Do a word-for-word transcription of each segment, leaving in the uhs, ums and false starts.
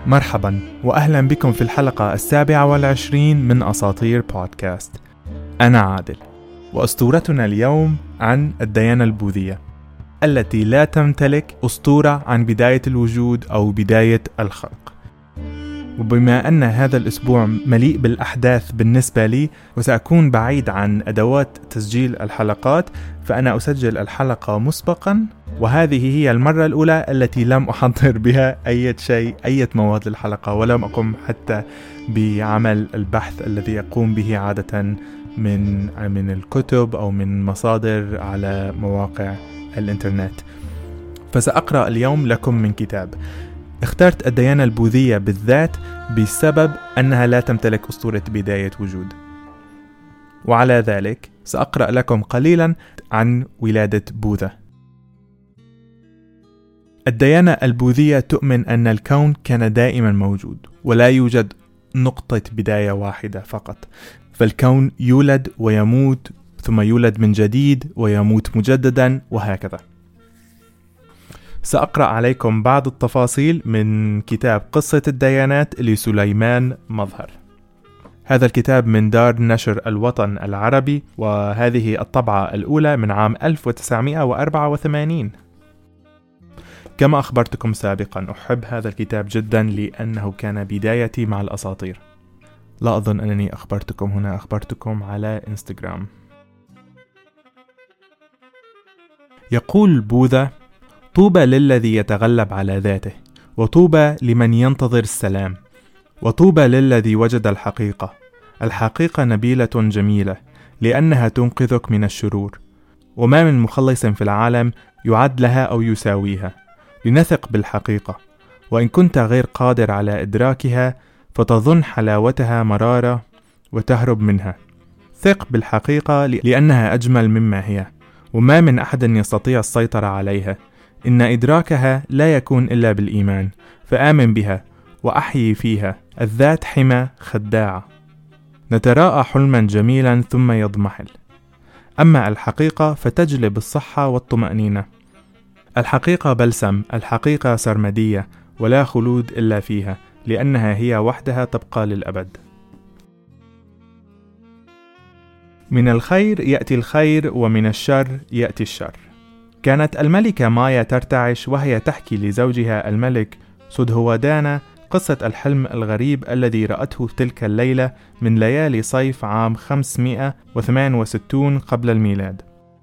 مرحبا وأهلا بكم في الحلقة السابعة والعشرين من أساطير بودكاست. أنا عادل، وأسطورتنا اليوم عن الديانة البوذية التي لا تمتلك أسطورة عن بداية الوجود أو بداية الخلق. وبما أن هذا الأسبوع مليء بالأحداث بالنسبة لي وسأكون بعيد عن أدوات تسجيل الحلقات، فأنا أسجل الحلقة مسبقا، وهذه هي المرة الأولى التي لم أحضر بها أي شيء أي مواد للحلقة، ولم أقم حتى بعمل البحث الذي يقوم به عادة من من الكتب أو من مصادر على مواقع الإنترنت. فسأقرأ اليوم لكم من كتاب. اخترت الديانة البوذية بالذات بسبب أنها لا تمتلك أسطورة بداية وجود، وعلى ذلك سأقرأ لكم قليلا عن ولادة بوذا. الديانة البوذية تؤمن أن الكون كان دائما موجود ولا يوجد نقطة بداية واحدة فقط، فالكون يولد ويموت ثم يولد من جديد ويموت مجددا وهكذا. سأقرأ عليكم بعض التفاصيل من كتاب قصة الديانات لسليمان مظهر. هذا الكتاب من دار نشر الوطن العربي، وهذه الطبعة الأولى من عام ألف وتسعمائة وأربعة وثمانين. كما أخبرتكم سابقا، أحب هذا الكتاب جدا لأنه كان بدايتي مع الأساطير. لا أظن أنني أخبرتكم هنا، أخبرتكم على إنستغرام. يقول بوذا: طوبى للذي يتغلب على ذاته، وطوبى لمن ينتظر السلام، وطوبى للذي وجد الحقيقة. الحقيقة نبيلة جميلة لأنها تنقذك من الشرور، وما من مخلص في العالم يعد لها أو يساويها. لنثق بالحقيقة، وإن كنت غير قادر على إدراكها فتظن حلاوتها مرارة وتهرب منها. ثق بالحقيقة لأنها أجمل مما هي، وما من أحد يستطيع السيطرة عليها. إن إدراكها لا يكون إلا بالإيمان، فآمن بها وأحيي فيها. الذات حمى خداعة، نتراءى حلما جميلا ثم يضمحل. أما الحقيقة فتجلب الصحة والطمأنينة. الحقيقة بلسم، الحقيقة سرمدية، ولا خلود إلا فيها، لأنها هي وحدها تبقى للأبد. من الخير يأتي الخير، ومن الشر يأتي الشر. كانت الملكة مايا ترتعش وهي تحكي لزوجها الملك سودهودانا قصة الحلم الغريب الذي رأته تلك الليلة من ليالي صيف عام خمسمائة وثمانية وستين قبل الميلاد.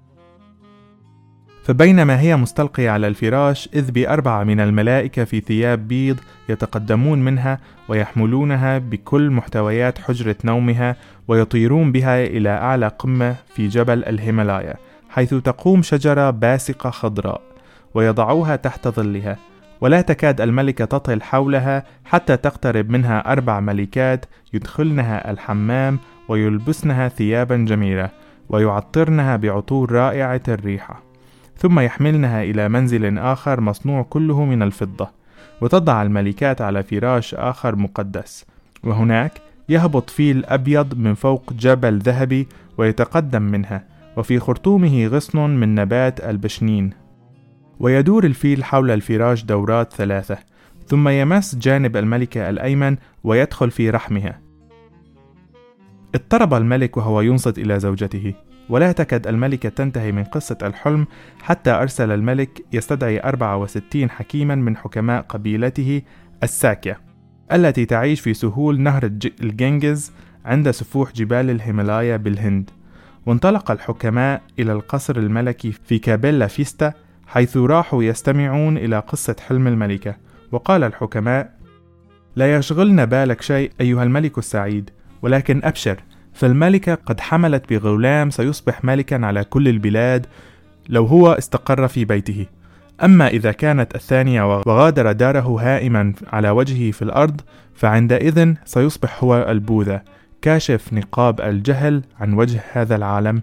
فبينما هي مستلقية على الفراش، إذ بأربعة من الملائكة في ثياب بيض يتقدمون منها ويحملونها بكل محتويات حجرة نومها، ويطيرون بها إلى أعلى قمة في جبل الهيمالايا، حيث تقوم شجرة باسقة خضراء، ويضعوها تحت ظلها. ولا تكاد الملكة تطل حولها حتى تقترب منها أربع ملكات يدخلنها الحمام ويلبسنها ثيابا جميلة ويعطرنها بعطور رائعة الريحة، ثم يحملنها إلى منزل آخر مصنوع كله من الفضة، وتضع الملكات على فراش آخر مقدس. وهناك يهبط فيل أبيض من فوق جبل ذهبي ويتقدم منها، وفي خرطومه غصن من نبات البشنين، ويدور الفيل حول الفراش دورات ثلاثة، ثم يمس جانب الملكة الأيمن ويدخل في رحمها. اضطرب الملك وهو ينصت إلى زوجته، ولا تكاد الملكة تنتهي من قصة الحلم حتى أرسل الملك يستدعي أربعة وستين حكيما من حكماء قبيلته الساكية التي تعيش في سهول نهر الجنجز عند سفوح جبال الهيمالايا بالهند. وانطلق الحكماء إلى القصر الملكي في كابيلا فيستا، حيث راحوا يستمعون إلى قصة حلم الملكة. وقال الحكماء: لا يشغلنا بالك شيء أيها الملك السعيد، ولكن أبشر، فالملكة قد حملت بغلام سيصبح ملكا على كل البلاد لو هو استقر في بيته. أما إذا كانت الثانية وغادر داره هائما على وجهه في الأرض، فعندئذ سيصبح هو البوذا، كاشف نقاب الجهل عن وجه هذا العالم.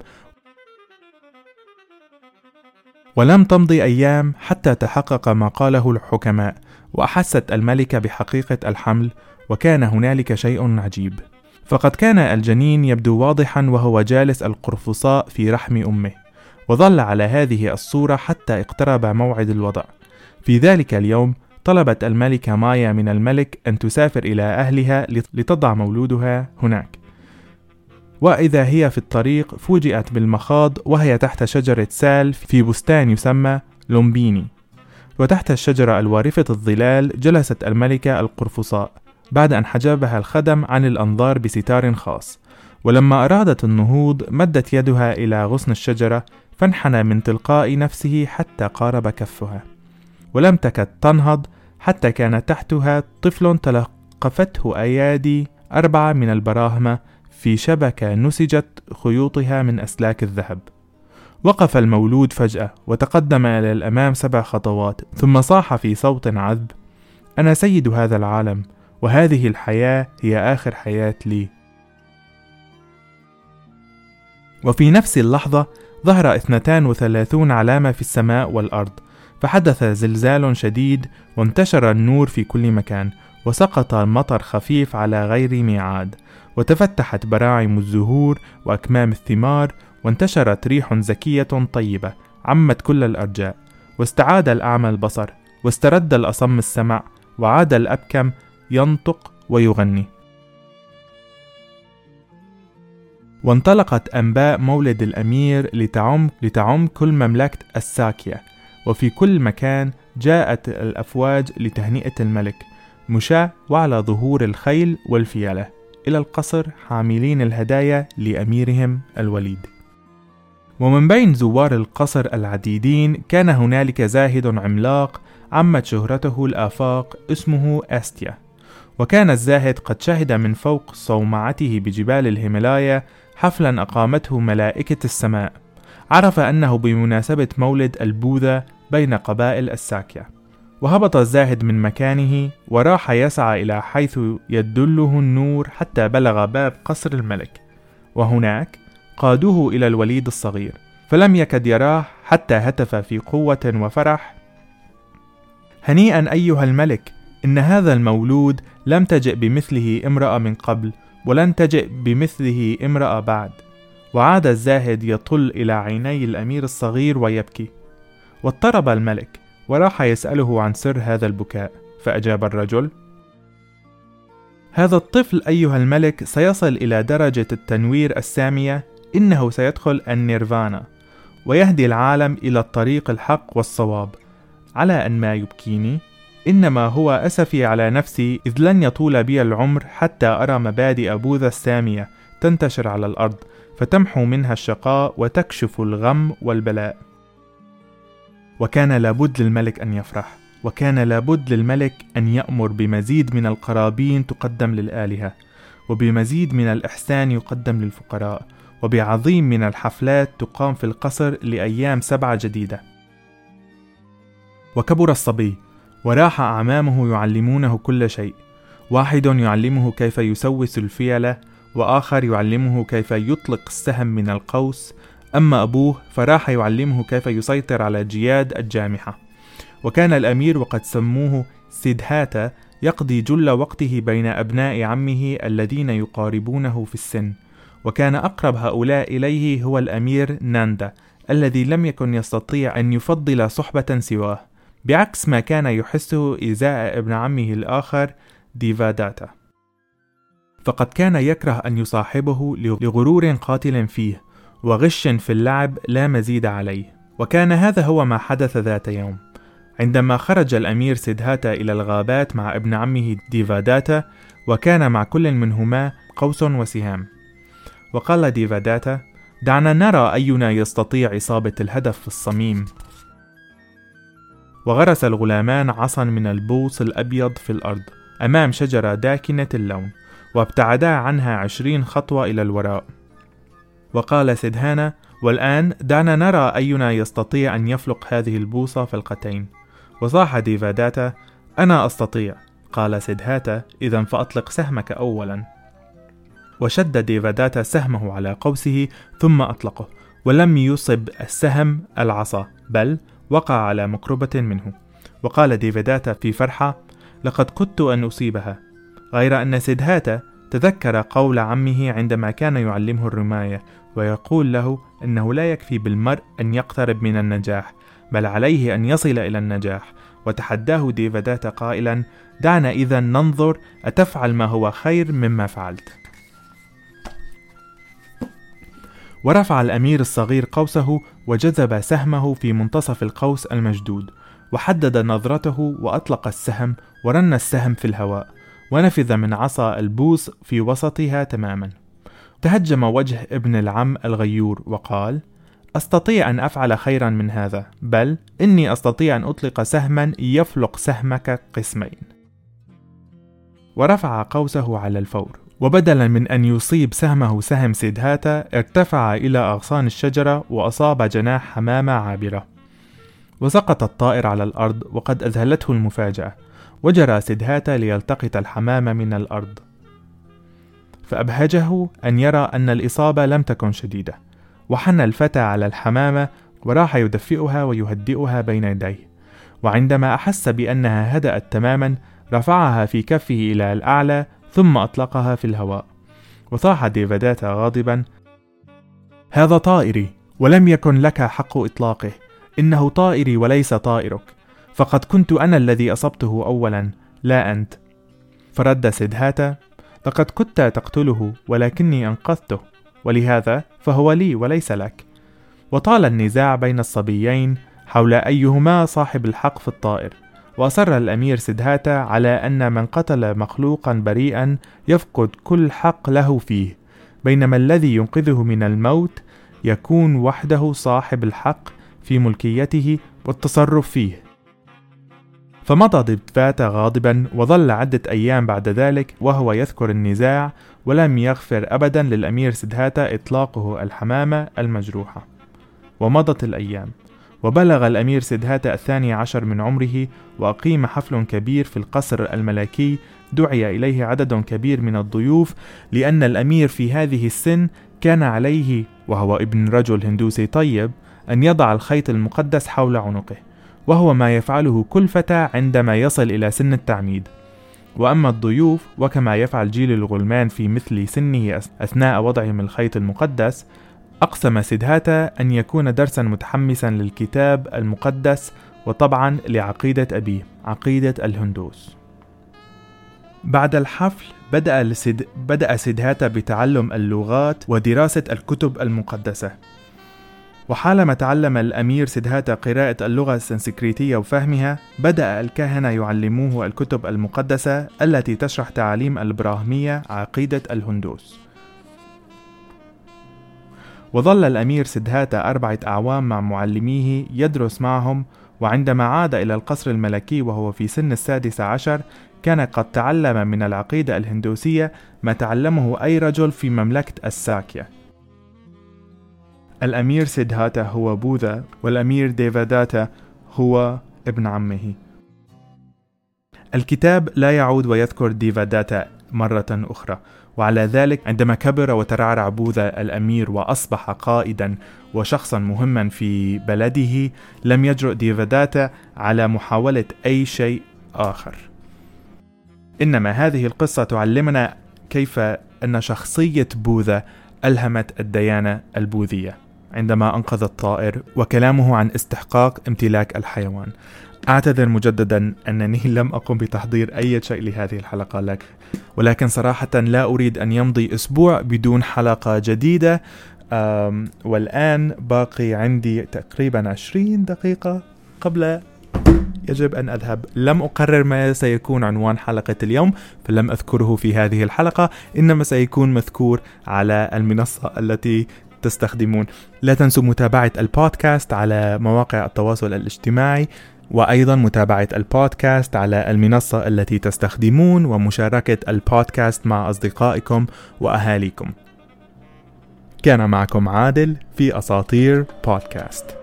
ولم تمضي أيام حتى تحقق ما قاله الحكماء، وأحست الملكة بحقيقة الحمل، وكان هنالك شيء عجيب. فقد كان الجنين يبدو واضحا وهو جالس القرفصاء في رحم أمه، وظل على هذه الصورة حتى اقترب موعد الوضع. في ذلك اليوم طلبت الملكة مايا من الملك أن تسافر إلى أهلها لتضع مولودها هناك. وإذا هي في الطريق فوجئت بالمخاض وهي تحت شجرة سال في بستان يسمى لومبيني. وتحت الشجرة الوارفة الظلال جلست الملكة القرفصاء بعد أن حجبها الخدم عن الأنظار بستار خاص. ولما أرادت النهوض مدت يدها إلى غصن الشجرة فانحنى من تلقاء نفسه حتى قارب كفها، ولم تكد تنهض حتى كان تحتها طفل تلقفته أيادي أربعة من البراهمة في شبكة نسجت خيوطها من أسلاك الذهب. وقف المولود فجأة وتقدم إلى الأمام سبع خطوات، ثم صاح في صوت عذب: أنا سيد هذا العالم، وهذه الحياة هي آخر حياة لي. وفي نفس اللحظة ظهر اثنتان وثلاثون علامة في السماء والأرض، فحدث زلزال شديد وانتشر النور في كل مكان، وسقط المطر خفيف على غير ميعاد، وتفتحت براعم الزهور وأكمام الثمار، وانتشرت ريح زكية طيبة عمت كل الأرجاء، واستعاد الأعمى البصر، واسترد الأصم السمع، وعاد الأبكم ينطق ويغني. وانطلقت أنباء مولد الأمير لتعم, لتعم كل مملكة الساكية، وفي كل مكان جاءت الأفواج لتهنئة الملك مشاة وعلى ظهور الخيل والفيلة إلى القصر حاملين الهدايا لأميرهم الوليد. ومن بين زوار القصر العديدين كان هنالك زاهد عملاق عمت شهرته الآفاق اسمه أستيا. وكان الزاهد قد شهد من فوق صومعته بجبال الهيمالايا حفلا أقامته ملائكة السماء. عرف أنه بمناسبة مولد البوذا بين قبائل الساكية، وهبط الزاهد من مكانه وراح يسعى إلى حيث يدله النور حتى بلغ باب قصر الملك، وهناك قادوه إلى الوليد الصغير، فلم يكد يراه حتى هتف في قوة وفرح: هنيئا أيها الملك، إن هذا المولود لم تجئ بمثله امرأة من قبل، ولن تجئ بمثله امرأة بعد. وعاد الزاهد يطل إلى عيني الأمير الصغير ويبكي. واضطرب الملك وراح يسأله عن سر هذا البكاء، فأجاب الرجل: هذا الطفل أيها الملك سيصل إلى درجة التنوير السامية، إنه سيدخل النيرفانا ويهدي العالم إلى الطريق الحق والصواب. على أن ما يبكيني إنما هو أسفي على نفسي، إذ لن يطول بي العمر حتى أرى مبادئ بوذا السامية تنتشر على الأرض، فتمحو منها الشقاء وتكشف الغم والبلاء. وكان لابد للملك أن يفرح، وكان لابد للملك أن يأمر بمزيد من القرابين تقدم للآلهة، وبمزيد من الإحسان يقدم للفقراء، وبعظيم من الحفلات تقام في القصر لأيام سبعة جديدة. وكبر الصبي وراح أعمامه يعلمونه كل شيء، واحد يعلمه كيف يسوس الفيلة، وآخر يعلمه كيف يطلق السهم من القوس، أما أبوه فراح يعلمه كيف يسيطر على جياد الجامحة. وكان الأمير وقد سموه سيدهاتا يقضي جل وقته بين أبناء عمه الذين يقاربونه في السن، وكان أقرب هؤلاء إليه هو الأمير ناندا الذي لم يكن يستطيع أن يفضل صحبة سواه، بعكس ما كان يحسه إزاء ابن عمه الآخر ديفاداتا، فقد كان يكره أن يصاحبه لغرور قاتل فيه وغش في اللعب لا مزيد عليه. وكان هذا هو ما حدث ذات يوم عندما خرج الأمير سيدهاتا إلى الغابات مع ابن عمه ديفاداتا، وكان مع كل منهما قوس وسهام. وقال ديفاداتا: دعنا نرى أينا يستطيع إصابة الهدف في الصميم. وغرس الغلامان عصا من البوص الأبيض في الأرض أمام شجرة داكنة اللون، وابتعدا عنها عشرين خطوة إلى الوراء. وقال سيدهانا: والآن دعنا نرى أينا يستطيع أن يفلق هذه البوصة فلقتين. وصاح ديفاداتا: أنا أستطيع. قال سيدهاتا: إذن فأطلق سهمك أولا. وشد ديفاداتا سهمه على قوسه ثم أطلقه، ولم يصب السهم العصا، بل وقع على مقربة منه. وقال ديفاداتا في فرحة: لقد كدت أن أصيبها. غير أن سيدهاتا تذكر قول عمه عندما كان يعلمه الرماية ويقول له أنه لا يكفي بالمرء أن يقترب من النجاح، بل عليه أن يصل إلى النجاح. وتحداه ديفاداتا قائلا: دعنا إذن ننظر أتفعل ما هو خير مما فعلت. ورفع الأمير الصغير قوسه وجذب سهمه في منتصف القوس المشدود، وحدد نظرته وأطلق السهم، ورن السهم في الهواء، ونفذ من عصا البوص في وسطها تماما. تهجم وجه ابن العم الغيور وقال: أستطيع أن أفعل خيرا من هذا، بل إني أستطيع أن أطلق سهما يفلق سهمك قسمين. ورفع قوسه على الفور، وبدلا من أن يصيب سهمه سهم سيدهاتا ارتفع إلى أغصان الشجرة وأصاب جناح حمامة عابرة، وسقط الطائر على الأرض وقد أذهلته المفاجأة. وجرى سيدهاتا ليلتقط الحمام من الأرض، فأبهجه أن يرى أن الإصابة لم تكن شديدة. وحن الفتى على الحمامة وراح يدفئها ويهدئها بين يديه، وعندما أحس بأنها هدأت تماما رفعها في كفه إلى الأعلى ثم أطلقها في الهواء. وصاح ديفاداتا غاضبا: هذا طائري ولم يكن لك حق إطلاقه، إنه طائري وليس طائرك، فقد كنت أنا الذي أصبته أولا لا أنت. فرد سيدهاتا: لقد كنت تقتله ولكني أنقذته، ولهذا فهو لي وليس لك. وطال النزاع بين الصبيين حول أيهما صاحب الحق في الطائر، وأصر الأمير سيدهاتا على أن من قتل مخلوقا بريئا يفقد كل حق له فيه، بينما الذي ينقذه من الموت يكون وحده صاحب الحق في ملكيته والتصرف فيه. فمضى ديفاداتا غاضبا، وظل عدة أيام بعد ذلك وهو يذكر النزاع، ولم يغفر أبدا للأمير سيدهاتا إطلاقه الحمامة المجروحة. ومضت الأيام، وبلغ الأمير سيدهاتا الثاني عشر من عمره، وأقيم حفل كبير في القصر الملكي دعي إليه عدد كبير من الضيوف، لأن الأمير في هذه السن كان عليه، وهو ابن رجل هندوسي طيب، أن يضع الخيط المقدس حول عنقه، وهو ما يفعله كل فتى عندما يصل إلى سن التعميد. وأما الضيوف، وكما يفعل جيل الغلمان في مثل سنه أثناء وضعهم الخيط المقدس، أقسم سيدهاتا أن يكون درسا متحمسا للكتاب المقدس، وطبعا لعقيدة أبيه، عقيدة الهندوس. بعد الحفل بدأ, لسيد... بدأ سيدهاتا بتعلم اللغات ودراسة الكتب المقدسة. وحالما تعلم الأمير سيدهاتا قراءة اللغة السنسكريتية وفهمها، بدأ الكهنة يعلموه الكتب المقدسة التي تشرح تعاليم البراهمية، عقيدة الهندوس. وظل الأمير سيدهاتا أربعة أعوام مع معلميه يدرس معهم، وعندما عاد إلى القصر الملكي وهو في سن السادس عشر كان قد تعلم من العقيدة الهندوسية ما تعلمه أي رجل في مملكة الساكيا. الأمير سيدهاتا هو بوذا، والأمير ديفاداتا هو ابن عمه. الكتاب لا يعود ويذكر ديفاداتا مرة أخرى، وعلى ذلك عندما كبر وترعرع بوذا الأمير وأصبح قائدا وشخصا مهما في بلده، لم يجرؤ ديفاداتا على محاولة أي شيء آخر. إنما هذه القصة تعلمنا كيف أن شخصية بوذا ألهمت الديانة البوذية عندما أنقذ الطائر، وكلامه عن استحقاق امتلاك الحيوان. أعتذر مجددا أنني لم أقم بتحضير أي شيء لهذه الحلقة لك، ولكن صراحة لا أريد أن يمضي أسبوع بدون حلقة جديدة. والآن باقي عندي تقريبا عشرين دقيقة قبل يجب أن أذهب. لم أقرر ما سيكون عنوان حلقة اليوم، فلم أذكره في هذه الحلقة، إنما سيكون مذكور على المنصة التي تستخدمون. لا تنسوا متابعة البودكاست على مواقع التواصل الاجتماعي، وأيضا متابعة البودكاست على المنصة التي تستخدمون، ومشاركة البودكاست مع أصدقائكم وأهاليكم. كان معكم عادل في أساطير بودكاست.